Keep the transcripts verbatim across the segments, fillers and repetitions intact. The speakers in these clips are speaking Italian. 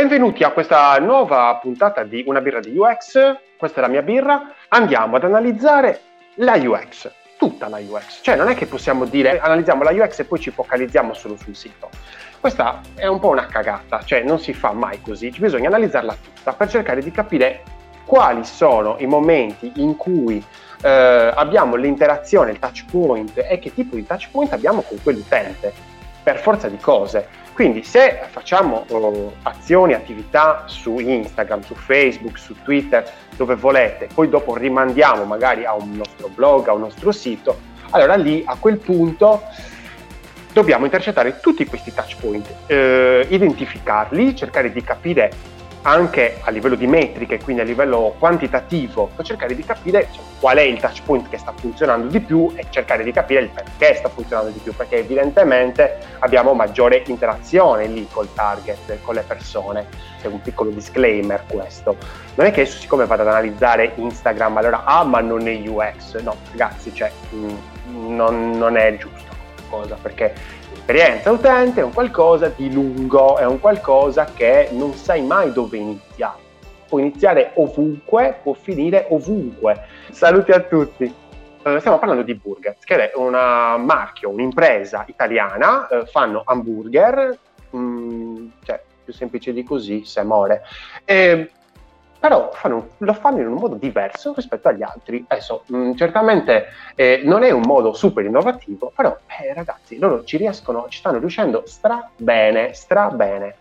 Benvenuti a questa nuova puntata di Una birra di U X. Questa è la mia birra. Andiamo ad analizzare la U X, tutta la U X. Cioè non è che possiamo dire analizziamo la U X e poi ci focalizziamo solo sul sito. Questa è un po' una cagata, cioè non si fa mai così. Bisogna analizzarla tutta per cercare di capire quali sono i momenti in cui eh, abbiamo l'interazione, il touch point e che tipo di touch point abbiamo con quell'utente, per forza di cose. Quindi se facciamo oh, azioni, attività su Instagram, su Facebook, su Twitter, dove volete, poi dopo rimandiamo magari a un nostro blog, a un nostro sito, allora lì a quel punto dobbiamo intercettare tutti questi touch point, eh, identificarli, cercare di capire anche a livello di metriche, quindi a livello quantitativo, per cercare di capire cioè, qual è il touch point che sta funzionando di più e cercare di capire il perché sta funzionando di più, perché evidentemente abbiamo maggiore interazione lì col target, con le persone. È un piccolo disclaimer questo. Non è che siccome vado ad analizzare Instagram, allora, ah ma non è U X, no ragazzi, cioè mh, non, non è giusto questa cosa, perché l'esperienza utente è un qualcosa di lungo, è un qualcosa che non sai mai dove iniziare. Può iniziare ovunque, può finire ovunque. Saluti a tutti. Uh, stiamo parlando di Burgers, che è un marchio, un'impresa italiana, uh, fanno hamburger, mh, cioè più semplice di così, se muore. E, però fanno, lo fanno in un modo diverso rispetto agli altri. Adesso, mh, certamente eh, non è un modo super innovativo, però eh, ragazzi, loro ci riescono, ci stanno riuscendo stra bene, stra bene.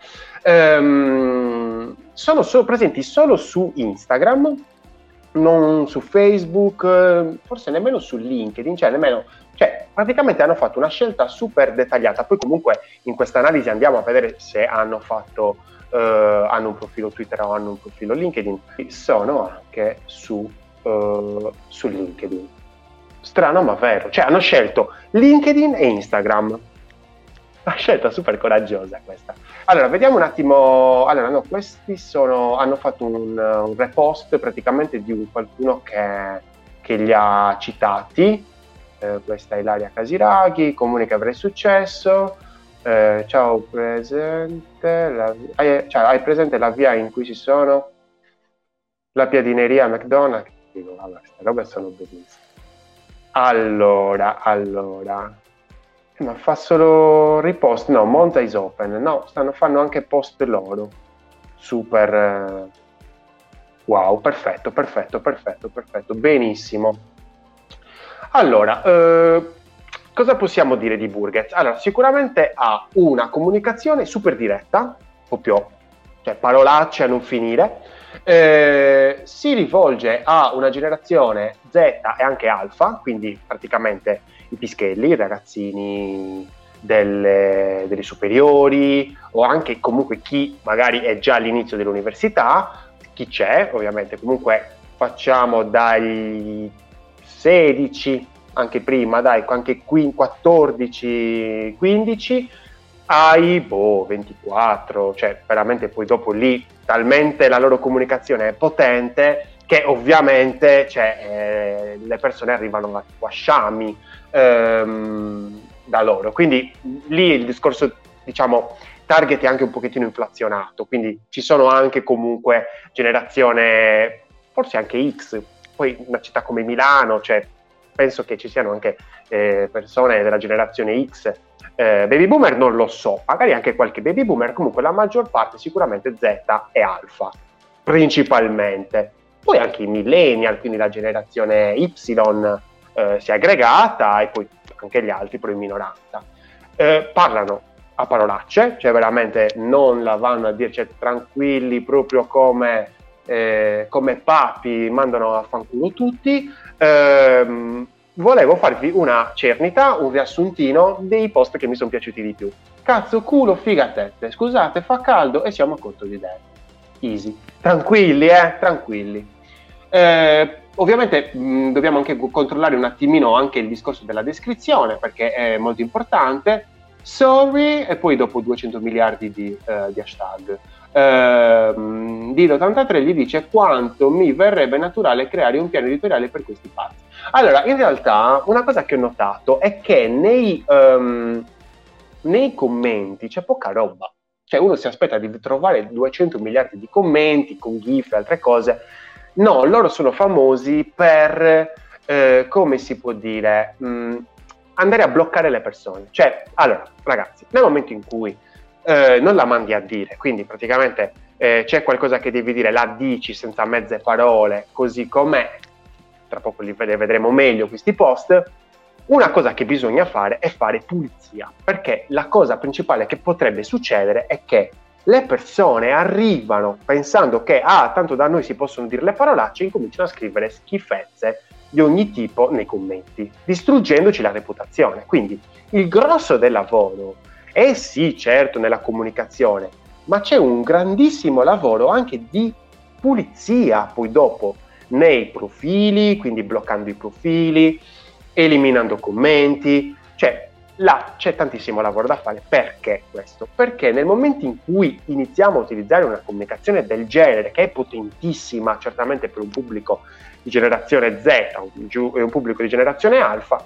Ehm, sono so, presenti solo su Instagram, non su Facebook, forse nemmeno su LinkedIn, cioè nemmeno, cioè praticamente hanno fatto una scelta super dettagliata. Poi comunque in questa analisi andiamo a vedere se hanno fatto Uh, hanno un profilo Twitter o hanno un profilo LinkedIn. Sono anche su, uh, su LinkedIn. Strano ma vero, cioè hanno scelto LinkedIn e Instagram. Una scelta super coraggiosa questa. Allora vediamo un attimo. Allora no, questi sono hanno fatto un, un repost praticamente di un, qualcuno che, che li ha citati. Uh, questa è Ilaria Casiraghi, comunica avrei successo. Eh, ciao presente la, hai, cioè, hai presente la via in cui ci sono la piadineria McDonald's? Dico, vabbè, queste robe sono bellissime. Allora, allora eh, ma fa solo ripost? No, Monza is open. No, stanno fanno anche post loro. Super eh... wow, perfetto, perfetto, perfetto, perfetto, benissimo. Allora, eh cosa possiamo dire di Burgers? Allora, sicuramente ha una comunicazione super diretta, proprio, cioè parolacce a non finire, eh, si rivolge a una generazione Z e anche alfa, quindi praticamente i pischelli, i ragazzini delle, delle superiori, o anche comunque chi magari è già all'inizio dell'università, chi c'è, ovviamente, comunque facciamo dai sedici, anche prima, dai, anche qui quattordici quindici ai boh, ventiquattro, cioè veramente poi dopo lì talmente la loro comunicazione è potente che ovviamente cioè, eh, le persone arrivano a, a sciami ehm, da loro, quindi lì il discorso diciamo target è anche un pochettino inflazionato, quindi ci sono anche comunque generazione forse anche X, poi una città come Milano, cioè penso che ci siano anche eh, persone della generazione X, eh, baby boomer non lo so, magari anche qualche baby boomer, comunque la maggior parte sicuramente Z e alfa, principalmente. Poi anche i millennial, quindi la generazione Y eh, si è aggregata e poi anche gli altri, però in minoranza. Eh, parlano a parolacce, cioè veramente non la vanno a dirci tranquilli proprio come... Eh, come papi mandano a fanculo tutti. ehm, volevo farvi una cernita, un riassuntino dei post che mi sono piaciuti di più. Cazzo, culo, figa, tette, scusate, fa caldo e siamo a conto di idee. Easy, tranquilli eh, tranquilli. Eh, ovviamente mh, dobbiamo anche controllare un attimino anche il discorso della descrizione, perché è molto importante. Sorry, e poi dopo duecento miliardi di, eh, di hashtag. Uh, Dido ottantatré gli dice quanto mi verrebbe naturale creare un piano editoriale per questi pazzi. Allora, in realtà una cosa che ho notato è che nei, um, nei commenti c'è poca roba. Cioè uno si aspetta di trovare duecento miliardi di commenti con GIF e altre cose. No, loro sono famosi per, eh, come si può dire, mh, andare a bloccare le persone. Cioè, allora, ragazzi, nel momento in cui eh, non la mandi a dire, quindi praticamente eh, c'è qualcosa che devi dire, la dici senza mezze parole, così com'è, tra poco li vedremo meglio questi post. Una cosa che bisogna fare è fare pulizia, perché la cosa principale che potrebbe succedere è che le persone arrivano pensando che ah, tanto da noi si possono dire le parolacce e incominciano a scrivere schifezze di ogni tipo nei commenti, distruggendoci la reputazione. Quindi il grosso del lavoro è sì, certo, nella comunicazione, ma c'è un grandissimo lavoro anche di pulizia poi dopo nei profili, quindi bloccando i profili, eliminando commenti, cioè là c'è tantissimo lavoro da fare. Perché questo? Perché nel momento in cui iniziamo a utilizzare una comunicazione del genere, che è potentissima certamente per un pubblico di generazione Z e un pubblico di generazione alfa,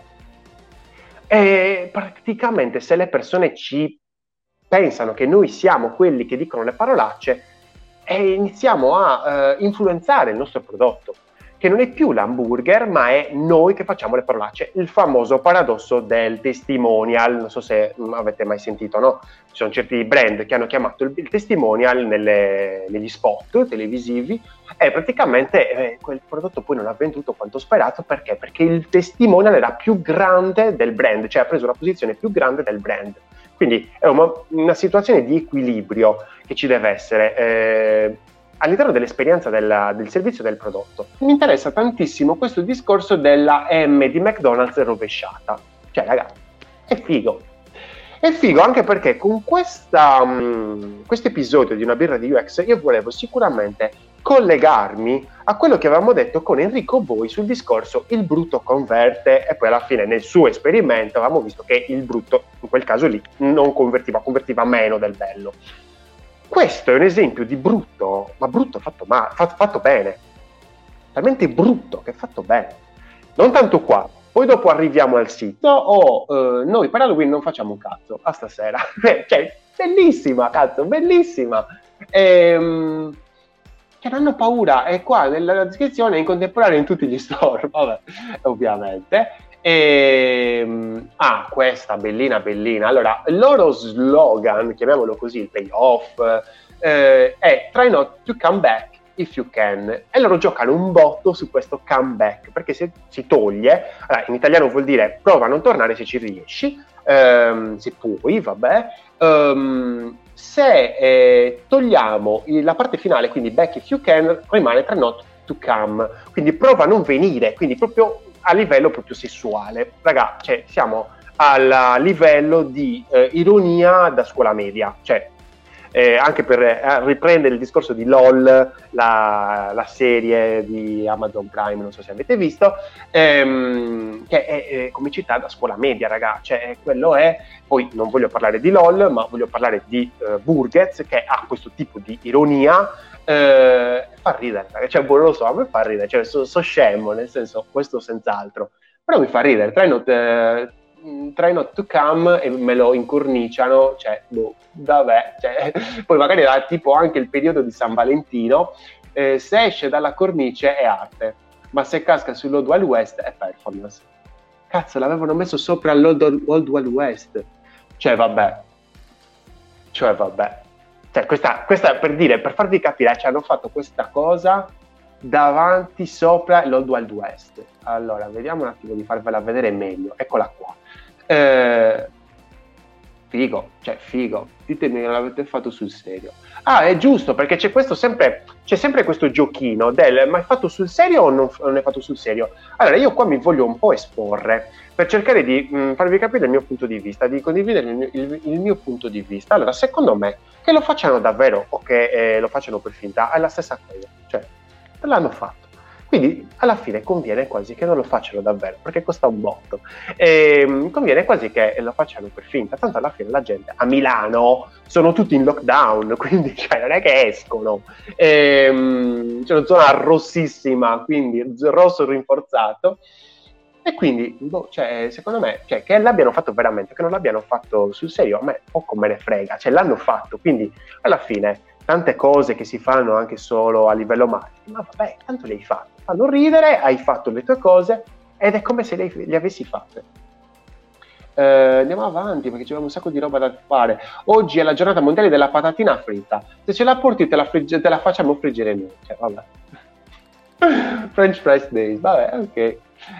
e praticamente se le persone ci pensano che noi siamo quelli che dicono le parolacce, e iniziamo a uh, influenzare il nostro prodotto, che non è più l'hamburger, ma è noi che facciamo le parolacce. Il famoso paradosso del testimonial, non so se avete mai sentito, no? Ci sono certi brand che hanno chiamato il, il testimonial nelle, negli spot televisivi e praticamente eh, quel prodotto poi non ha venduto quanto sperato. Perché? Perché il testimonial era più grande del brand, cioè ha preso una posizione più grande del brand. Quindi è una, una situazione di equilibrio che ci deve essere eh, all'interno dell'esperienza della, del servizio del prodotto. Mi interessa tantissimo questo discorso della M di McDonald's rovesciata. Cioè, ragazzi, è figo. È figo anche perché con questa, um, questo episodio di Una birra di U X io volevo sicuramente collegarmi a quello che avevamo detto con Enrico Boi sul discorso il brutto converte, e poi alla fine nel suo esperimento avevamo visto che il brutto in quel caso lì non convertiva, convertiva meno del bello. Questo è un esempio di brutto, ma brutto fatto, ma, fatto, fatto bene, talmente brutto che è fatto bene. Non tanto qua, poi dopo arriviamo al sito, oh, eh, noi per Halloween non facciamo un cazzo, a stasera, cioè bellissima, cazzo, bellissima. Ehm... Cioè, non hanno paura, è qua nella descrizione in contemporanea in tutti gli store, vabbè, ovviamente. E, ah, questa bellina bellina. Allora, il loro slogan, chiamiamolo così, il payoff, eh, è try not to come back if you can. E loro giocano un botto su questo comeback, perché se si toglie, allora, in italiano vuol dire prova a non tornare se ci riesci, ehm, se puoi, vabbè. Um, se eh, togliamo la parte finale, quindi back if you can, rimane try not to come, quindi prova a non venire, quindi proprio a livello proprio sessuale. Raga, cioè, siamo al livello di eh, ironia da scuola media, cioè eh, anche per eh, riprendere il discorso di LOL, la, la serie di Amazon Prime, non so se avete visto, ehm, che è, è comicità da scuola media, raga, cioè quello è. Poi non voglio parlare di LOL, ma voglio parlare di uh, Burgers, che ha questo tipo di ironia, eh, fa ridere, cioè boh, non lo so, a me fa ridere, cioè so, so scemo, nel senso, questo senz'altro, però mi fa ridere. Try not, eh, try not to come, e me lo incorniciano, cioè boh, vabbè, cioè, poi magari era tipo anche il periodo di San Valentino, eh, se esce dalla cornice è arte, ma se casca sull'Old Wild West è performance. Cazzo, l'avevano messo sopra l'Old Wild West, cioè vabbè, cioè vabbè, cioè questa, questa per dire, per farvi capire, cioè hanno fatto questa cosa davanti sopra l'Old Wild West. Allora, vediamo un attimo di farvela vedere meglio, eccola qua. Eh, figo, cioè figo, ditemi che l'avete fatto sul serio. Ah, è giusto, perché c'è questo sempre, c'è sempre questo giochino del ma è fatto sul serio o non, non è fatto sul serio? Allora, io qua mi voglio un po' esporre per cercare di mh, farvi capire il mio punto di vista, di condividere il mio, il, il mio punto di vista. Allora, secondo me, che lo facciano davvero o che eh, lo facciano per finta è la stessa cosa, cioè l'hanno fatto. Quindi alla fine conviene quasi che non lo facciano davvero, perché costa un botto. E conviene quasi che lo facciano per finta, tanto alla fine la gente a Milano sono tutti in lockdown, quindi cioè, non è che escono. E, c'è una zona rossissima, quindi rosso rinforzato. E quindi, boh, cioè, secondo me, cioè, che l'abbiano fatto veramente, che non l'abbiano fatto sul serio, a me poco me ne frega, cioè l'hanno fatto, quindi alla fine tante cose che si fanno anche solo a livello marketing, ma vabbè, tanto le hai fatte, fanno ridere, hai fatto le tue cose ed è come se le, le avessi fatte. Eh, andiamo avanti perché c'è un sacco di roba da fare. Oggi è la giornata mondiale della patatina fritta. Se ce la porti te la, frigge, te la facciamo friggere noi. Cioè, vabbè. French Fries Days, vabbè, ok.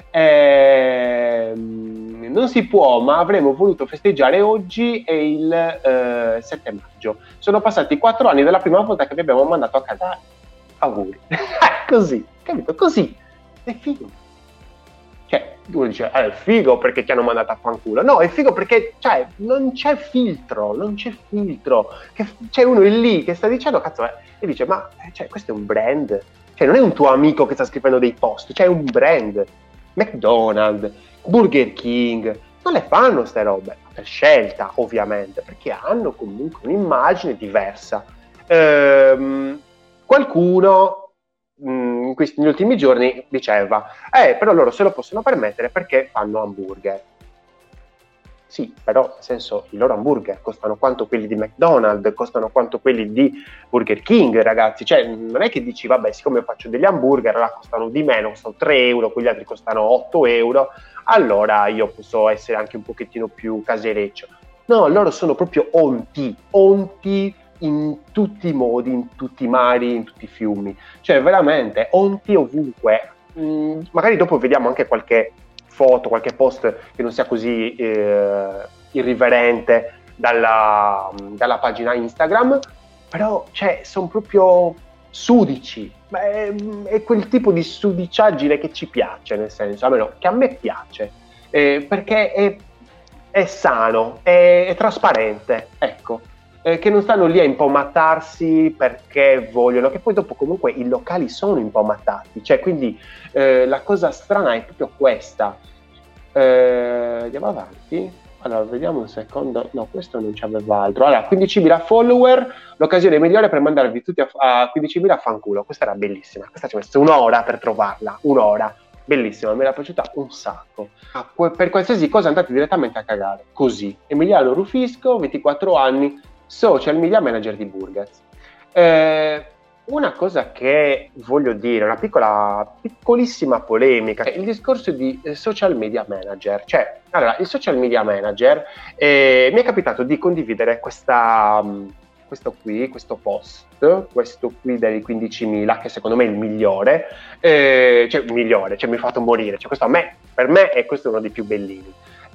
Ehm, non si può, ma avremmo voluto festeggiare oggi e il eh, sette maggio. Sono passati quattro anni dalla prima volta che vi abbiamo mandato a casa. Auguri. Così, capito? Così. È figo. Cioè, uno dice, eh, è figo perché ti hanno mandato a fanculo. No, è figo perché, cioè, non c'è filtro, non c'è filtro. Che, c'è uno lì che sta dicendo, cazzo, eh, e dice, ma, eh, cioè, questo è un brand. Cioè, non è un tuo amico che sta scrivendo dei post, cioè, è un brand. McDonald's, Burger King, non le fanno ste robe, per scelta, ovviamente, perché hanno comunque un'immagine diversa. Ehm, qualcuno in questi negli ultimi giorni diceva eh però loro se lo possono permettere perché fanno hamburger. Sì, però nel senso i loro hamburger costano quanto quelli di McDonald's, costano quanto quelli di Burger King, ragazzi, cioè non è che dici vabbè siccome io faccio degli hamburger allora costano di meno, costano tre euro, quegli altri costano otto euro, allora io posso essere anche un pochettino più casereccio. No, loro sono proprio onti, onti in tutti i modi, in tutti i mari, in tutti i fiumi, cioè veramente onti ovunque. Mm, magari dopo vediamo anche qualche foto, qualche post che non sia così eh, irriverente dalla, dalla pagina Instagram, però cioè, sono proprio sudici. È, è quel tipo di sudiciaggine che ci piace, nel senso, almeno che a me piace, eh, perché è, è sano, è, è trasparente, ecco. Eh, che non stanno lì a impomattarsi perché vogliono, che poi dopo comunque i locali sono impomattati, cioè quindi eh, la cosa strana è proprio questa. Eh, andiamo avanti, allora vediamo un secondo, no questo non c'aveva altro, allora quindicimila follower, l'occasione migliore per mandarvi tutti a, a quindicimila a fanculo, questa era bellissima, questa ci ho messo un'ora per trovarla, un'ora, bellissima, mi era piaciuta un sacco. Ah, per qualsiasi cosa andate direttamente a cagare, così. Emiliano Rufisco, ventiquattro anni, social media manager di Burgers. Eh, una cosa che voglio dire, una piccola, piccolissima polemica, è il discorso di eh, social media manager. Cioè, allora, il social media manager, eh, mi è capitato di condividere questa, questo qui, questo post, questo qui dei quindicimila, che secondo me è il migliore, eh, cioè il migliore, cioè mi ha fatto morire, cioè questo a me, per me è questo uno dei più bellini.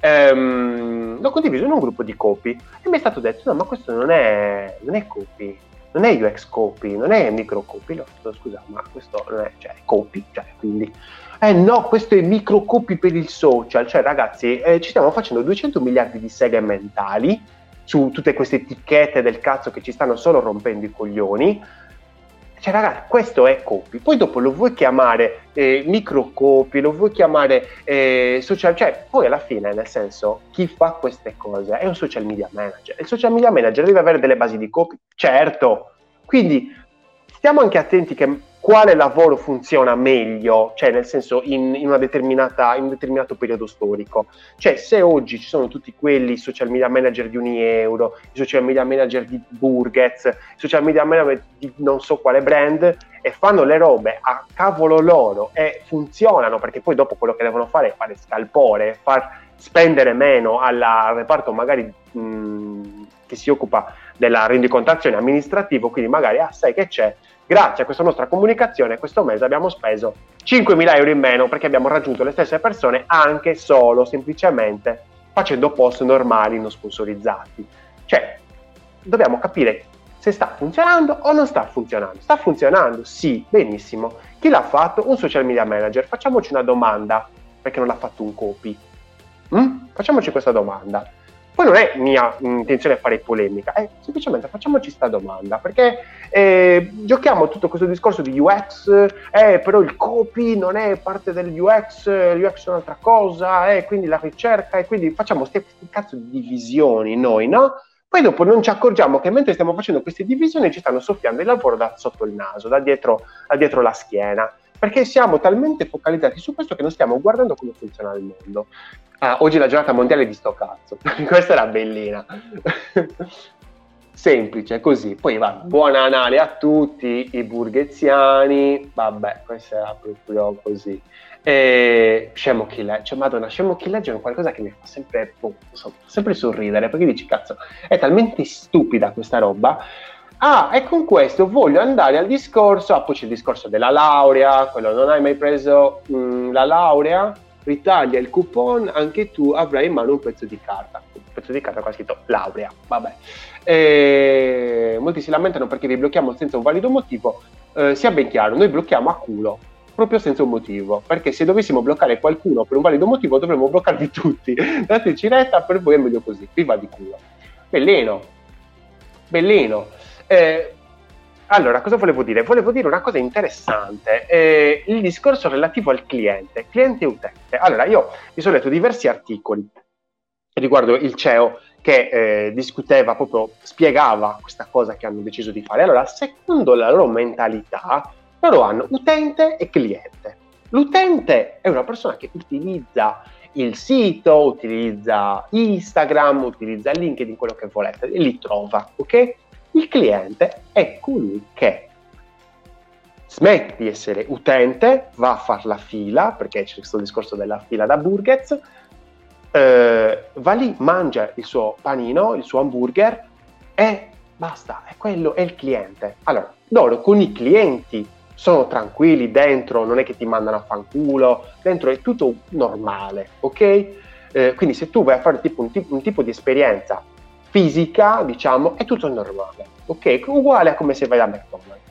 Um, l'ho condiviso in un gruppo di copy e mi è stato detto no ma questo non è non è copy, non è U X copy, non è micro copy. L'ho detto scusa ma questo non è, cioè, copy, cioè quindi eh no questo è micro copy per il social, cioè ragazzi eh, ci stiamo facendo duecento miliardi di seghe mentali su tutte queste etichette del cazzo che ci stanno solo rompendo i coglioni. Cioè ragazzi, questo è copy, poi dopo lo vuoi chiamare eh, micro copy, lo vuoi chiamare eh, social, cioè poi alla fine nel senso chi fa queste cose è un social media manager, il social media manager deve avere delle basi di copy, certo, quindi stiamo anche attenti che quale lavoro funziona meglio, cioè nel senso in, in una determinata in un determinato periodo storico, cioè se oggi ci sono tutti quelli social media manager di Unieuro, i social media manager di Burgers, i social media manager di non so quale brand e fanno le robe a cavolo loro e funzionano perché poi dopo quello che devono fare è fare scalpore, far spendere meno alla, al reparto magari mh, che si occupa della rendicontazione amministrativo, quindi magari ah sai che c'è, grazie a questa nostra comunicazione questo mese abbiamo speso cinquemila euro in meno perché abbiamo raggiunto le stesse persone anche solo semplicemente facendo post normali non sponsorizzati. Cioè dobbiamo capire se sta funzionando o non sta funzionando. Sta funzionando? Sì, benissimo. Chi l'ha fatto? Un social media manager. Facciamoci una domanda, perché non l'ha fatto un copy? Mm? Facciamoci questa domanda. Poi non è mia intenzione fare polemica, è semplicemente facciamoci questa domanda, perché eh, giochiamo tutto questo discorso di U X, eh, però il copy non è parte del U X, l'U X è un'altra cosa, eh, quindi la ricerca, e quindi facciamo queste cazzo di divisioni noi, no? Poi dopo non ci accorgiamo che mentre stiamo facendo queste divisioni ci stanno soffiando il lavoro da sotto il naso, da dietro, da dietro la schiena. perché siamo talmente focalizzati su questo che non stiamo guardando come funziona il mondo. Ah, oggi è la giornata mondiale di sto cazzo. Questa era bellina. Semplice, così. Poi va, buona Natale a tutti i burgheziani. Vabbè, questo era proprio così. E scemo chi legge, cioè, madonna, scemo chi legge è un qualcosa che mi fa sempre, boh, so, sempre sorridere, perché dici, cazzo, è talmente stupida questa roba. Ah, e con questo voglio andare al discorso, ah, poi c'è il discorso della laurea, quello non hai mai preso mh, la laurea? Ritaglia il coupon, anche tu avrai in mano un pezzo di carta. Un pezzo di carta qua scritto laurea, vabbè. E molti si lamentano perché vi blocchiamo senza un valido motivo. Eh, sia ben chiaro, noi blocchiamo a culo, proprio senza un motivo, perché se dovessimo bloccare qualcuno per un valido motivo dovremmo bloccarvi tutti. Dateci retta, per voi è meglio così, vi va di culo. Bellino, bellino. Eh, allora, cosa volevo dire? Volevo dire una cosa interessante, eh, il discorso relativo al cliente, cliente e utente. Allora, io mi sono letto diversi articoli riguardo il C E O che eh, discuteva, proprio spiegava questa cosa che hanno deciso di fare. Allora, secondo la loro mentalità, loro hanno utente e cliente. L'utente è una persona che utilizza il sito, utilizza Instagram, utilizza LinkedIn, quello che volete, e li trova, ok? Il cliente è colui che smette di essere utente, va a fare la fila, perché c'è questo discorso della fila da Burgers, eh, va lì, mangia il suo panino, il suo hamburger e basta, è quello, è il cliente. Allora, loro con i clienti sono tranquilli dentro, non è che ti mandano a fanculo, dentro è tutto normale, ok? Eh, quindi se tu vai a fare tipo un, tipo, un tipo di esperienza fisica, diciamo, è tutto normale, ok? Uguale a come se vai da McDonald's.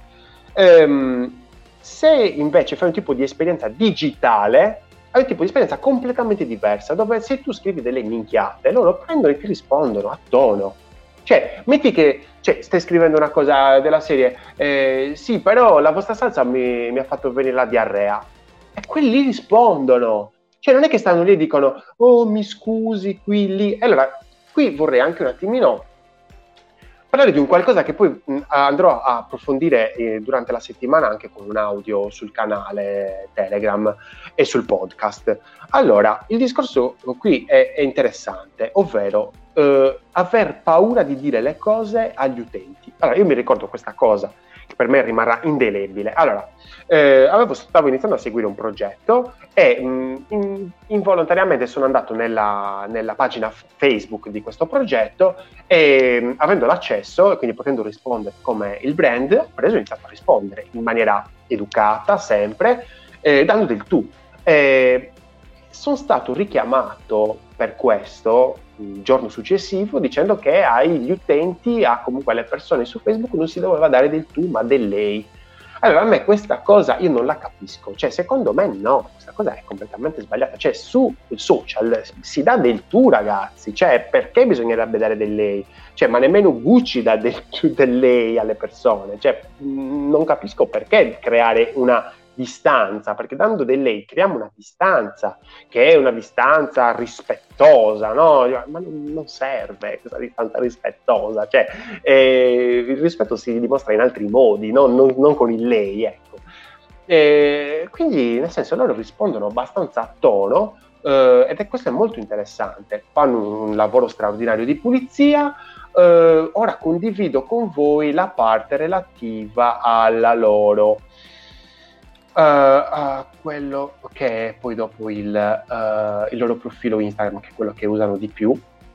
Ehm, se invece fai un tipo di esperienza digitale, hai un tipo di esperienza completamente diversa, dove se tu scrivi delle minchiate, loro prendono e ti rispondono a tono. Cioè, metti che cioè, stai scrivendo una cosa della serie, eh, sì, però la vostra salsa mi, mi ha fatto venire la diarrea. E quelli rispondono. Cioè, non è che stanno lì e dicono, oh, mi scusi, qui, lì. E allora, qui vorrei anche un attimino parlare di un qualcosa che poi mh, andrò a approfondire eh, durante la settimana anche con un audio sul canale Telegram e sul podcast. Allora, il discorso qui è, è interessante, ovvero eh, aver paura di dire le cose agli utenti. Allora, io mi ricordo questa cosa che per me rimarrà indelebile. Allora, eh, avevo, stavo iniziando a seguire un progetto e mh, in, involontariamente sono andato nella, nella pagina Facebook di questo progetto e mh, avendo l'accesso e quindi potendo rispondere come il brand, ho preso e ho iniziato a rispondere in maniera educata, sempre, eh, dando del tu. Eh, sono stato richiamato per questo il giorno successivo dicendo che agli utenti, a comunque alle persone su Facebook non si doveva dare del tu ma del lei. Allora a me questa cosa io non la capisco, cioè secondo me no, questa cosa è completamente sbagliata, cioè su social si dà del tu ragazzi, cioè perché bisognerebbe dare del lei? Cioè ma nemmeno Gucci dà del, del lei alle persone, cioè non capisco perché creare una distanza, perché dando del lei creiamo una distanza che è una distanza rispettosa, no? Ma non serve questa distanza rispettosa, cioè eh, il rispetto si dimostra in altri modi, no? non, non con il lei, ecco. E quindi nel senso loro rispondono abbastanza a tono eh, ed è questo è molto interessante, fanno un lavoro straordinario di pulizia. Eh, ora condivido con voi la parte relativa alla loro Uh, uh, quello che è poi dopo il, uh, il loro profilo Instagram, che è quello che usano di più.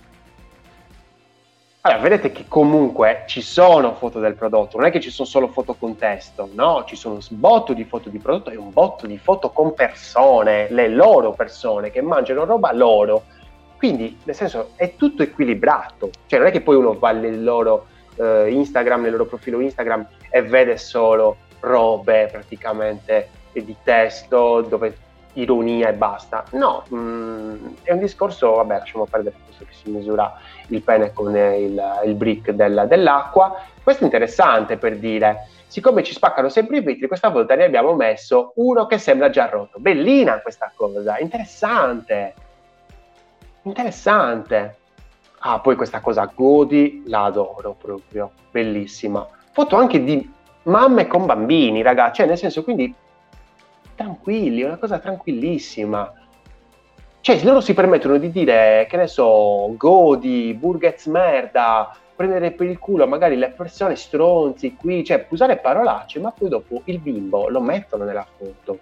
Allora, vedete che comunque ci sono foto del prodotto, non è che ci sono solo foto con testo, no, ci sono un botto di foto di prodotto e un botto di foto con persone, le loro persone che mangiano roba loro. Quindi, nel senso, è tutto equilibrato, cioè non è che poi uno va nel loro uh, Instagram, nel loro profilo Instagram e vede solo robe praticamente di testo dove ironia e basta. No, mh, è un discorso, vabbè, lasciamo perdere questo che si misura il pene con il, il brick del, dell'acqua. Questo è interessante per dire, siccome ci spaccano sempre i vetri, questa volta ne abbiamo messo uno che sembra già rotto. Bellina questa cosa, interessante, interessante. Ah, poi questa cosa Godi, la adoro proprio, bellissima. Foto anche di mamme con bambini, ragazzi, cioè nel senso, quindi tranquilli, è una cosa tranquillissima. Cioè, loro si permettono di dire, che ne so, godi, burgers merda, prendere per il culo magari le persone stronzi qui, cioè usare parolacce, ma poi dopo il bimbo lo mettono nella foto.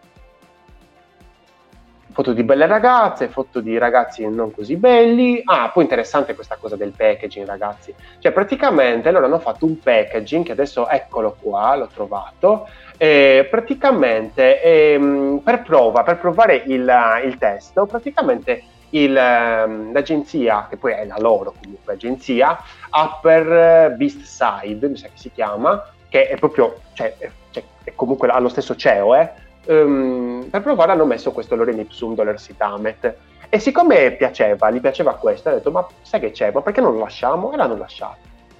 Foto di belle ragazze, foto di ragazzi non così belli. Ah, poi interessante questa cosa del packaging, ragazzi. Cioè, praticamente loro hanno fatto un packaging, che adesso eccolo qua, l'ho trovato. Eh, praticamente, ehm, per prova, per provare il, il testo, praticamente il, ehm, l'agenzia, che poi è la loro comunque agenzia, Upper Beast Side, mi sa che si chiama, che è proprio, cioè, è, cioè, è comunque ha lo stesso C E O, eh. Um, per provare hanno messo questo lorem ipsum dolorsi tamet, e siccome piaceva, gli piaceva questo, ha detto ma sai che c'è, ma perché non lo lasciamo? E l'hanno lasciato.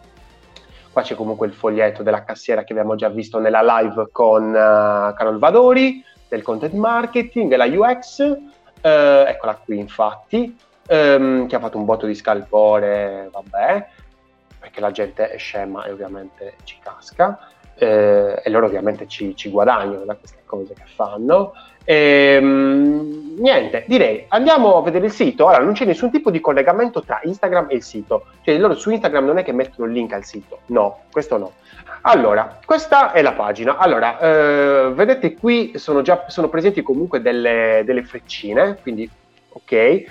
Qua c'è comunque il foglietto della cassiera che abbiamo già visto nella live con uh, Carol Vadori, del content marketing, la U X, uh, eccola qui infatti, um, che ha fatto un botto di scalpore, vabbè, perché la gente è scema e ovviamente ci casca. Eh, e loro ovviamente ci, ci guadagnano da queste cose che fanno. E, mh, niente, direi andiamo a vedere il sito. Allora, non c'è nessun tipo di collegamento tra Instagram e il sito, cioè loro su Instagram non è che mettono il link al sito, no, questo no. Allora, questa è la pagina. Allora, eh, vedete qui sono già sono presenti comunque delle, delle freccine, quindi ok, eh,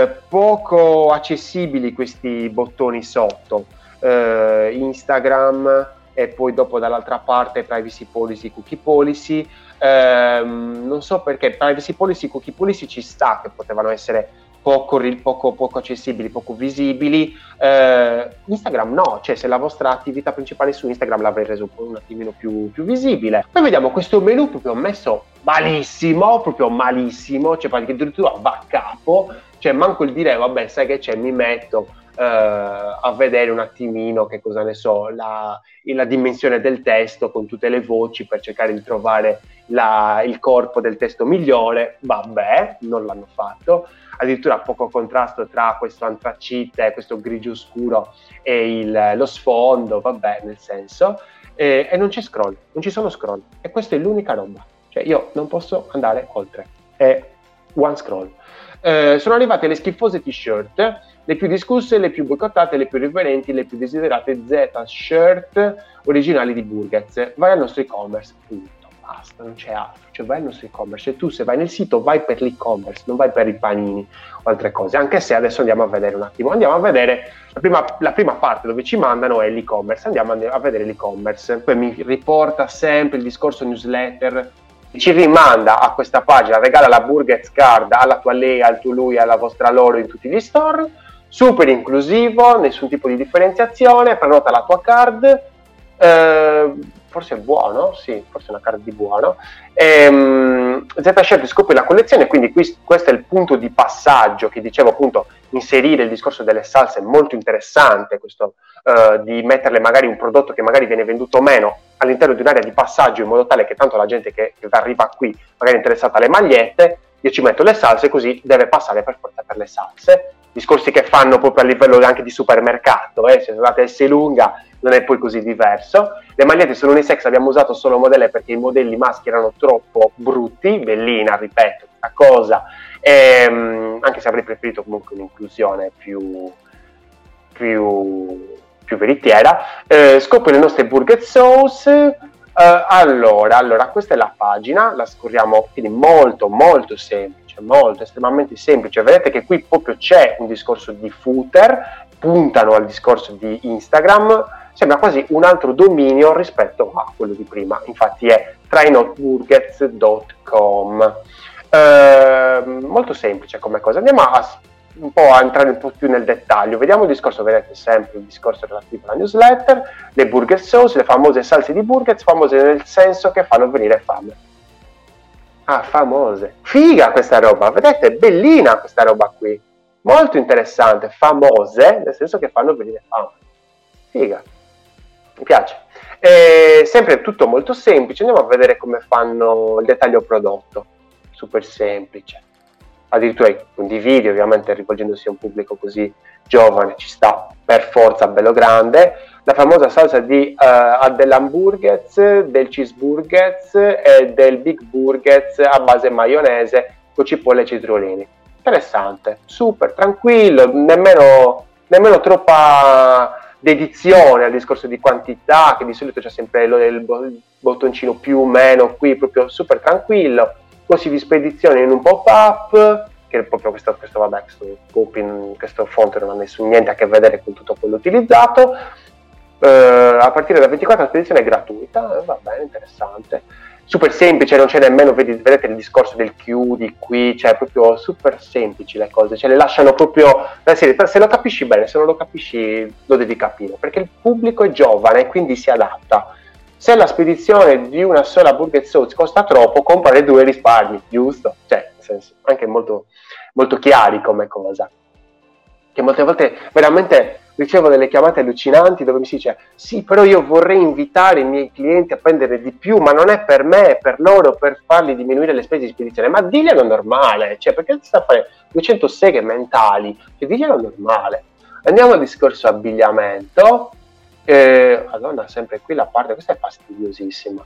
poco accessibili questi bottoni sotto. eh, Instagram, e poi dopo dall'altra parte privacy policy, cookie policy. Ehm, non so perché privacy policy, cookie policy ci sta, che potevano essere poco, poco, poco accessibili, poco visibili. Eh, Instagram no, cioè se la vostra attività principale è su Instagram l'avrei reso un attimino più, più visibile. Poi vediamo questo menu proprio messo malissimo, proprio malissimo, cioè addirittura va a capo, cioè manco il dire vabbè sai che c'è, mi metto Uh, a vedere un attimino che cosa ne so, la, la dimensione del testo con tutte le voci per cercare di trovare la, il corpo del testo migliore. Vabbè, non l'hanno fatto. Addirittura poco contrasto tra questo antracite, questo grigio scuro e il, lo sfondo, vabbè, nel senso, e, e non c'è scroll, non ci sono scroll, e questa è l'unica roba, cioè io non posso andare oltre, è one scroll. Uh, sono arrivate le schifose t-shirt, le più discusse, le più boicottate, le più riverenti, le più desiderate Z-shirt originali di Burgers. Vai al nostro e-commerce, punto, basta, non c'è altro. Cioè vai al nostro e-commerce, e tu se vai nel sito vai per l'e-commerce, non vai per i panini o altre cose, anche se adesso andiamo a vedere un attimo, andiamo a vedere la prima, la prima parte dove ci mandano è l'e-commerce, andiamo a vedere l'e-commerce, poi mi riporta sempre il discorso newsletter, ci rimanda a questa pagina, regala la Burgers Card alla tua lei, al tuo lui, alla vostra loro in tutti gli store, super inclusivo, nessun tipo di differenziazione, prenota la tua card, eh, forse è buono, sì, forse è una card di buono, ehm, Z-Shirt scopri la collezione, quindi qui, questo è il punto di passaggio che dicevo, appunto, inserire il discorso delle salse, è molto interessante questo, eh, di metterle magari un prodotto che magari viene venduto meno all'interno di un'area di passaggio, in modo tale che tanto la gente che, che arriva qui magari è interessata alle magliette, io ci metto le salse, così deve passare per forza per le salse. Discorsi che fanno proprio a livello anche di supermercato, eh? Se andate a Esselunga non è poi così diverso. Le magliette sono unisex, abbiamo usato solo modelle perché i modelli maschi erano troppo brutti, bellina, ripeto, questa cosa, ehm, anche se avrei preferito comunque un'inclusione più, più, più veritiera. Eh, scopri le nostre burger sauce. Uh, allora, allora, questa è la pagina, la scorriamo, quindi molto, molto semplice, molto, estremamente semplice. Vedete che qui proprio c'è un discorso di footer, puntano al discorso di Instagram, sembra quasi un altro dominio rispetto a quello di prima, infatti è try not burgers dot com. Uh, molto semplice come cosa. Andiamo a un po' a entrare un po' più nel dettaglio, vediamo il discorso, vedete sempre il discorso relativo alla newsletter, le burger sauce, le famose salse di burgers, famose nel senso che fanno venire fame. Ah, famose, figa questa roba, vedete, bellina questa roba qui, molto interessante, famose nel senso che fanno venire fame, figa, mi piace. E sempre tutto molto semplice, andiamo a vedere come fanno il dettaglio prodotto, super semplice. Addirittura condividi, ovviamente rivolgendosi a un pubblico così giovane, ci sta per forza bello grande. la famosa salsa di uh, dell'hamburgers, del cheeseburgers e del big burgers a base maionese con cipolle e cetriolini. Interessante, super tranquillo, nemmeno, nemmeno troppa dedizione al discorso di quantità, che di solito c'è sempre il, il bottoncino più o meno, qui proprio super tranquillo, costi di spedizione in un pop-up, che è proprio questo, questo vabbè, questo, copy, questo font non ha nessun niente a che vedere con tutto quello utilizzato. Uh, a partire da ventiquattro la spedizione è gratuita, va bene, interessante, super semplice, non c'è nemmeno, vedi, vedete il discorso del chiudi qui, cioè proprio super semplici le cose, cioè le lasciano proprio la serie, se lo capisci bene, se non lo capisci lo devi capire, perché il pubblico è giovane e quindi si adatta. Se la spedizione di una sola burger sauce costa troppo, compra le due risparmi, giusto? Cioè, nel senso, anche molto, molto chiari come cosa, che molte volte veramente ricevo delle chiamate allucinanti dove mi si dice sì, però io vorrei invitare i miei clienti a prendere di più, ma non è per me, è per loro, per farli diminuire le spese di spedizione. Ma diglielo normale, cioè perché ti sta a fare duecento seghe mentali? Cioè, diglielo normale. Andiamo al discorso abbigliamento. Eh, Madonna, sempre qui la parte, questa è fastidiosissima.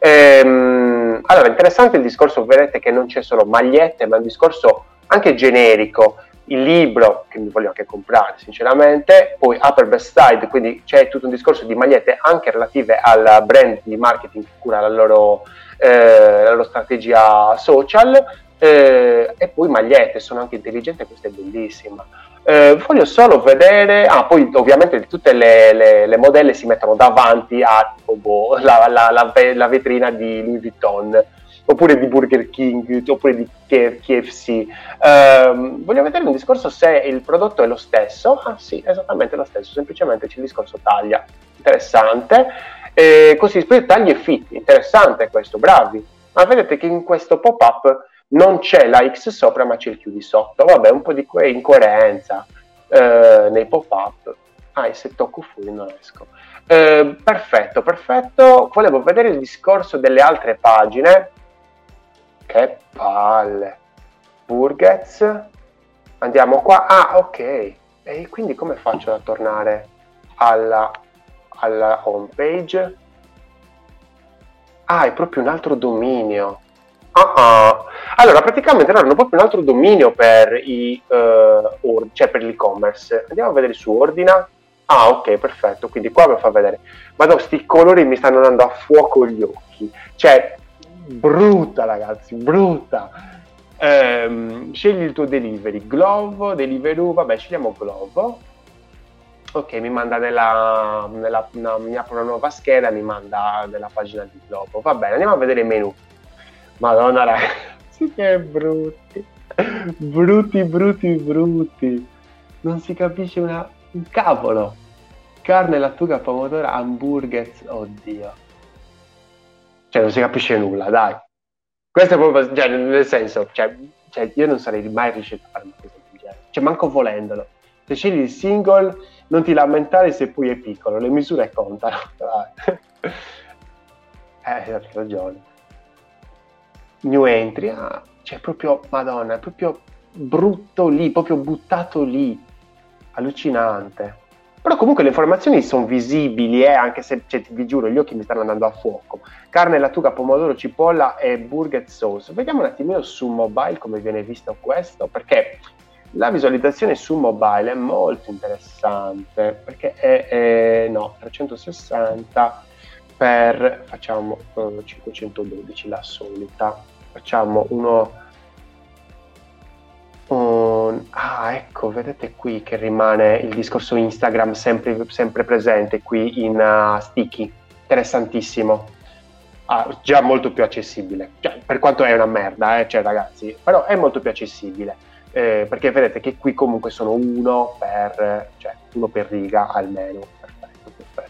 Ehm, allora, interessante il discorso, vedete che non c'è solo magliette, ma è un discorso anche generico. Il libro, che mi voglio anche comprare sinceramente, poi Upper Best Side, quindi c'è tutto un discorso di magliette anche relative al brand di marketing che cura la loro, eh, la loro strategia social, eh, e poi magliette, sono anche intelligenti, questa è bellissima. Eh, voglio solo vedere, ah poi ovviamente tutte le, le, le modelle si mettono davanti a oh, boh, la, la, la, la vetrina di Louis Vuitton, oppure di Burger King, oppure di K F C. Um, voglio vedere un discorso se il prodotto è lo stesso. Ah sì, esattamente lo stesso, semplicemente c'è il discorso taglia, interessante. E così, tagli e fit, interessante questo, bravi. Ma vedete che in questo pop-up non c'è la X sopra, ma c'è il chiudi sotto. Vabbè, un po' di incoerenza eh, nei pop-up. Ah, e se tocco fuori non esco. Eh, perfetto, perfetto. Volevo vedere il discorso delle altre pagine. Che palle. Burgers. Andiamo qua. Ah, ok. E quindi come faccio a tornare alla, alla home page? Ah, è proprio un altro dominio. Uh-uh. Allora, praticamente loro hanno proprio un altro dominio per i uh, or- cioè per l'e-commerce. Andiamo a vedere su ordina. Ah, ok, perfetto. Quindi qua mi fa vedere. Ma no, sti colori mi stanno andando a fuoco gli occhi. Cioè, brutta, ragazzi, brutta. Ehm, scegli il tuo delivery. Glovo, Deliveroo, vabbè, scegliamo Glovo. Ok, mi manda nella, nella no, mi apre una nuova scheda, mi manda nella pagina di Glovo. Va bene, andiamo a vedere il menu. Madonna, ragazzi, che brutti. Brutti, brutti, brutti. Non si capisce una... un cavolo. Carne, lattuga, pomodoro, hamburgers, oddio. Cioè, non si capisce nulla, dai. Questo è proprio, cioè, nel senso, cioè, cioè, io non sarei mai riuscito a fare una cosa del genere. Cioè, manco volendolo. Se scegli il single, non ti lamentare se poi è piccolo, le misure contano. eh, hai ragione. New entry, ah, cioè, proprio, madonna, è proprio brutto lì, proprio buttato lì. Allucinante. Però comunque le informazioni sono visibili, eh, anche se, cioè, vi giuro, gli occhi mi stanno andando a fuoco. Carne, lattuga, pomodoro, cipolla e burger sauce. Vediamo un attimino su mobile come viene visto questo, perché la visualizzazione su mobile è molto interessante, perché è, è no, trecentosessanta per, facciamo uh, cinquecentododici, la solita. Facciamo uno... Um, ah, ecco, vedete qui che rimane il discorso Instagram sempre, sempre presente qui in uh, sticky, interessantissimo. Ah, già molto più accessibile, cioè, per quanto è una merda, eh, cioè, ragazzi, però è molto più accessibile, eh, perché vedete che qui comunque sono uno per, cioè, uno per riga almeno. Perfetto, perfetto.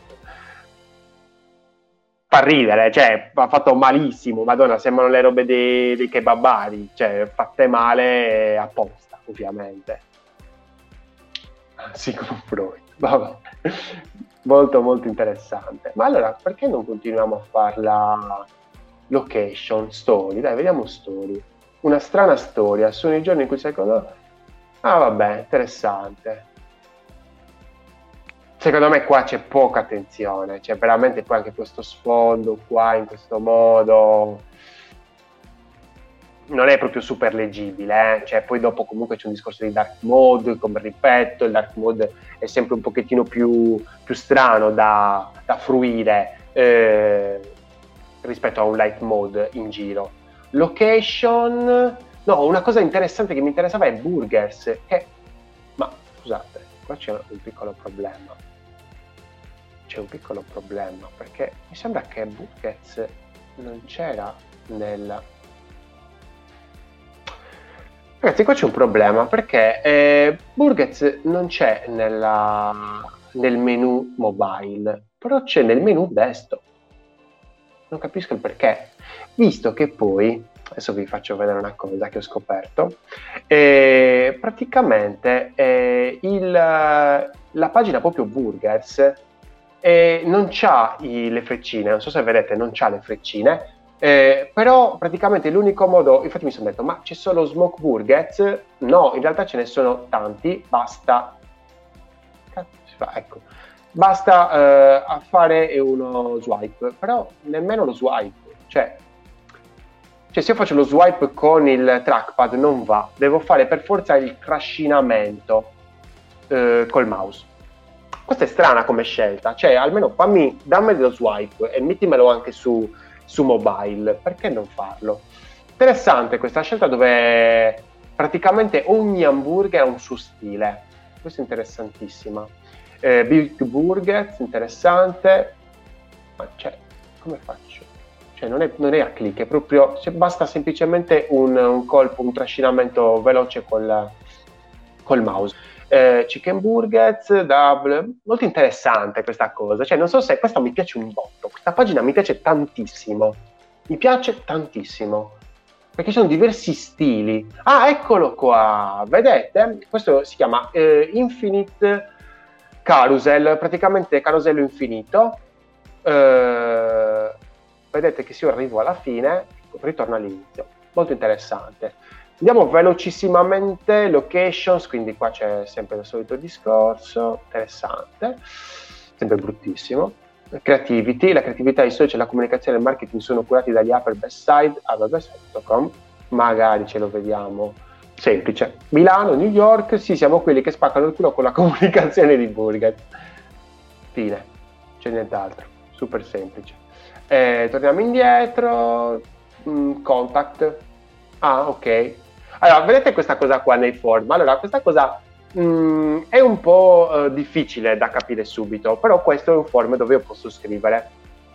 Fa ridere, cioè, ha fatto malissimo, madonna, sembrano le robe dei, dei kebabari, cioè, fatte male apposta, ovviamente. Sigmund Freud, vabbè. Molto, molto interessante. Ma allora, perché non continuiamo a fare la location, story? Dai, vediamo story. Una strana storia, sono i giorni in cui secondo... Ah, vabbè, interessante. secondo me qua c'è poca attenzione, cioè veramente poi anche questo sfondo qua in questo modo non è proprio super leggibile, eh? Cioè poi dopo comunque c'è un discorso di dark mode, come ripeto, il dark mode è sempre un pochettino più, più strano da, da fruire eh, rispetto a un light mode in giro. Location, no, una cosa interessante che mi interessava è Burgers, che, ma scusate, qua c'è un piccolo problema, c'è un piccolo problema, perché mi sembra che Burgers non c'era nel... Ragazzi, qua c'è un problema, perché eh, Burgers non c'è nella, nel menu mobile, però c'è nel menu desktop. Non capisco il perché, visto che poi, adesso vi faccio vedere una cosa che ho scoperto, eh, praticamente eh, il, la pagina proprio Burgers eh, non c'ha i, le freccine, non so se vedete, non c'ha le freccine, eh, però praticamente l'unico modo, infatti mi sono detto, ma c'è solo Smoke Burgers? No, in realtà ce ne sono tanti, basta, cazzo si fa, ecco, basta eh, a fare uno swipe, però nemmeno lo swipe, cioè, cioè se io faccio lo swipe con il trackpad non va, devo fare per forza il trascinamento eh, col mouse. Questa è strana come scelta, cioè almeno fammi, dammi lo swipe e mettimelo anche su, su mobile, perché non farlo? Interessante questa scelta dove praticamente ogni hamburger ha un suo stile, questo è interessantissima. Eh, Big Burgers, interessante, ma cioè, come faccio? Cioè non è, non è a click, è proprio, cioè, basta semplicemente un, un colpo, un trascinamento veloce col, col mouse. Eh, chicken Burgers, double, molto interessante questa cosa, cioè non so se questa mi piace un botto, questa pagina mi piace tantissimo, mi piace tantissimo, perché sono diversi stili. Ah, eccolo qua, vedete? Questo si chiama eh, Infinite Carousel, praticamente carosello infinito. Eh, vedete che se io arrivo alla fine, ritorno all'inizio. Molto interessante. Andiamo velocissimamente, locations, quindi qua c'è sempre il solito discorso, interessante, sempre bruttissimo. Creativity, la creatività, i social, la comunicazione e il marketing sono curati dagli upper best side, upper best side punto com, magari ce lo vediamo. Semplice. Milano, New York, sì, siamo quelli che spaccano il culo con la comunicazione di Burger. Fine, c'è nient'altro, super semplice. Eh, torniamo indietro, mm, contact. Ah, ok. Allora, vedete questa cosa qua nei form? Allora, questa cosa mm, è un po' uh, difficile da capire subito, però questo è un form dove io posso scrivere.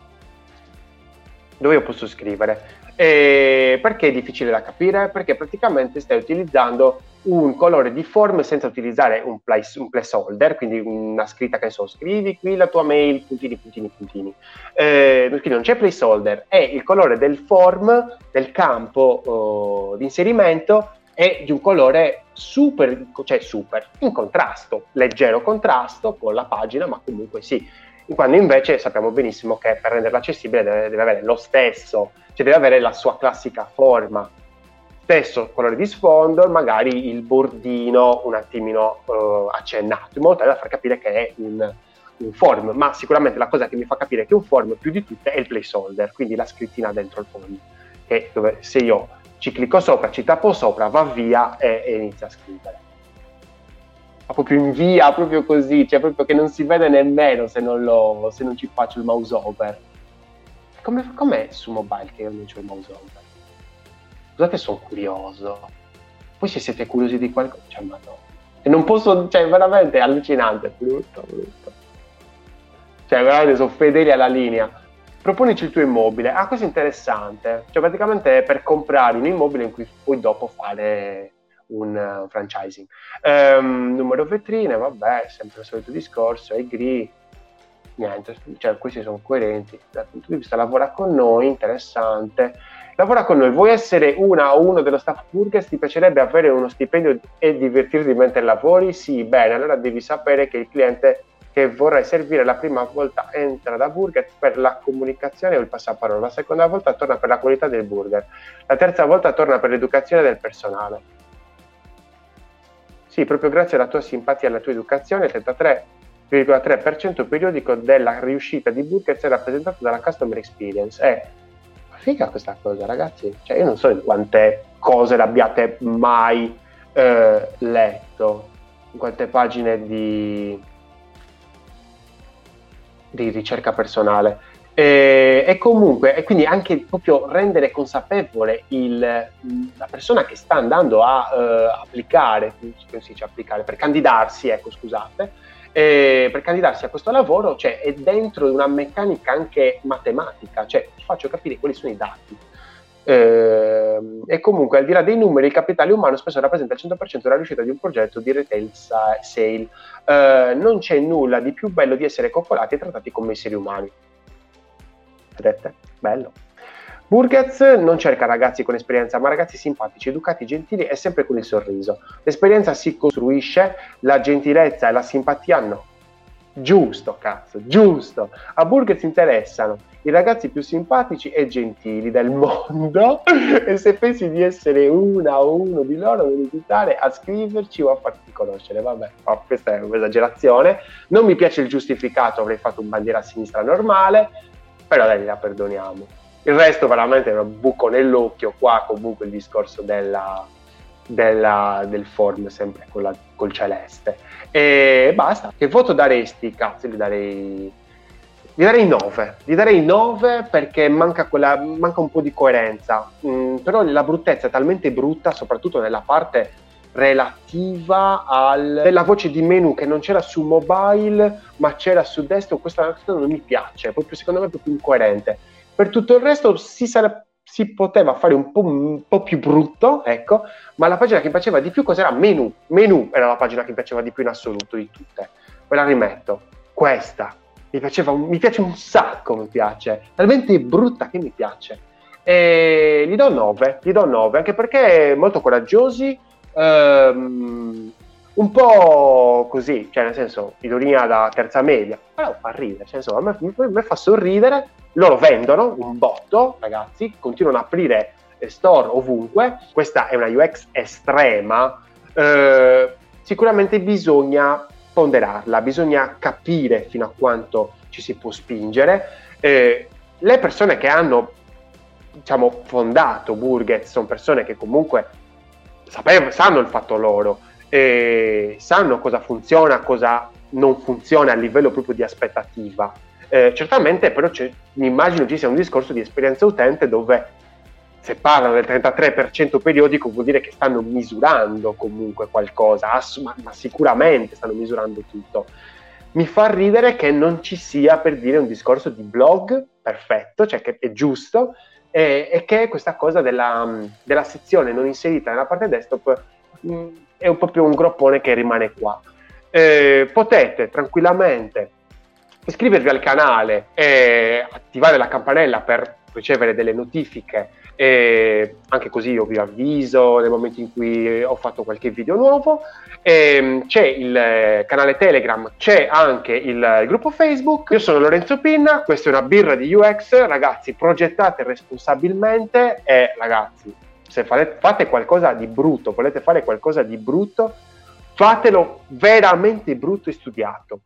Dove io posso scrivere. E perché è difficile da capire? Perché praticamente stai utilizzando un colore di form senza utilizzare un, place, un placeholder, quindi una scritta che so, scrivi qui la tua mail, puntini, puntini, puntini. Eh, quindi non c'è placeholder, è il colore del form, del campo oh, di inserimento, è di un colore super, cioè super, in contrasto, leggero contrasto con la pagina, ma comunque sì. Quando invece sappiamo benissimo che per renderla accessibile deve, deve avere lo stesso, cioè deve avere la sua classica forma, stesso colore di sfondo, magari il bordino un attimino uh, accennato, in modo tale da far capire che è un, un form, ma sicuramente la cosa che mi fa capire che è un form più di tutte è il placeholder, quindi la scrittina dentro il form, che dove se io ci clicco sopra, ci tappo sopra, va via e, e inizia a scrivere. Proprio in via, proprio così, cioè proprio che non si vede nemmeno se non, lo, se non ci faccio il mouse over. Come, com'è su mobile che io non c'ho il mouse over? Scusate, sono curioso. Poi se siete curiosi di qualcosa, cioè ma no. E non posso, cioè veramente è allucinante, brutto, brutto. Cioè veramente sono fedeli alla linea. Proponici il tuo immobile. Ah, questo è interessante. Cioè praticamente è per comprare un immobile in cui puoi dopo fare un uh, franchising. Um, numero vetrine, vabbè, sempre il solito discorso, agree, niente, cioè questi sono coerenti dal punto di vista lavora con noi, interessante, lavora con noi, vuoi essere una o uno dello staff Burgers, ti piacerebbe avere uno stipendio e divertirti mentre lavori? Sì, bene, allora devi sapere che il cliente che vorrai servire la prima volta entra da Burger per la comunicazione o il passaparola, la seconda volta torna per la qualità del burger, la terza volta torna per l'educazione del personale. Sì, proprio grazie alla tua simpatia e alla tua educazione, trentatré virgola tre per cento periodico della riuscita di Burgers è rappresentato dalla customer experience. È figa questa cosa, ragazzi. Cioè, io non so in quante cose l'abbiate mai eh, letto, in quante pagine di, di ricerca personale. E, e comunque, e quindi anche proprio rendere consapevole il, la persona che sta andando a eh, applicare, come si dice applicare, per candidarsi, ecco scusate, eh, per candidarsi a questo lavoro, cioè è dentro una meccanica anche matematica, cioè ti faccio capire quali sono i dati. Eh, e comunque al di là dei numeri il capitale umano spesso rappresenta il cento per cento della riuscita di un progetto di retail sale. Eh, non c'è nulla di più bello di essere coccolati e trattati come esseri umani. Vedete? Bello. Burgers non cerca ragazzi con esperienza, ma ragazzi simpatici, educati, gentili e sempre con il sorriso. L'esperienza si costruisce, la gentilezza e la simpatia no. Giusto, cazzo, giusto. A Burgers interessano i ragazzi più simpatici e gentili del mondo e se pensi di essere una o uno di loro non esitare a scriverci o a farti conoscere. Vabbè, oh, questa è un'esagerazione. Non mi piace il giustificato, avrei fatto un bandiera a sinistra normale, però dai, la perdoniamo. Il resto veramente è un buco nell'occhio. Qua comunque il discorso della, della, del form sempre con la, col celeste e basta. Che voto daresti? Cazzo, gli darei gli darei nove gli darei nove perché manca, quella, manca un po' di coerenza, mm, però la bruttezza è talmente brutta soprattutto nella parte relativa al, della voce di menu che non c'era su mobile ma c'era su desktop. Questa non mi piace, proprio secondo me è proprio incoerente. Per tutto il resto si, sare- si poteva fare un po', un po' più brutto, ecco, ma la pagina che mi piaceva di più cos'era? Menu. Menu era la pagina che mi piaceva di più in assoluto di tutte. Ve la rimetto. Questa. Mi piaceva, mi piace un sacco, mi piace. Talmente brutta che mi piace. E gli do nove, gli do nove, anche perché molto coraggiosi, ehm, un po' così, cioè nel senso, ironia da terza media, però fa ridere, cioè, insomma, a me, a me fa sorridere. Loro vendono un botto, ragazzi, continuano a aprire store ovunque. Questa è una U X estrema, eh, sicuramente bisogna ponderarla, bisogna capire fino a quanto ci si può spingere. Eh, le persone che hanno, diciamo, fondato Burgers sono persone che comunque sapev- sanno il fatto loro, eh, sanno cosa funziona, cosa non funziona a livello proprio di aspettativa. Eh, certamente però c'è, mi immagino ci sia un discorso di esperienza utente dove se parlano del trentatré per cento periodico vuol dire che stanno misurando comunque qualcosa, ass- ma, ma sicuramente stanno misurando tutto. Mi fa ridere che non ci sia, per dire, un discorso di blog perfetto, cioè che è giusto, e, e che questa cosa della, della sezione non inserita nella parte desktop mh, è un, proprio un groppone che rimane qua. Eh, potete tranquillamente iscrivervi al canale e attivare la campanella per ricevere delle notifiche, e anche così io vi avviso nel momento in cui ho fatto qualche video nuovo. E c'è il canale Telegram, c'è anche il, il gruppo Facebook. Io sono Lorenzo Pinna, questa è una birra di U X, ragazzi, progettate responsabilmente e ragazzi, se fate, fate qualcosa di brutto, volete fare qualcosa di brutto, fatelo veramente brutto e studiato.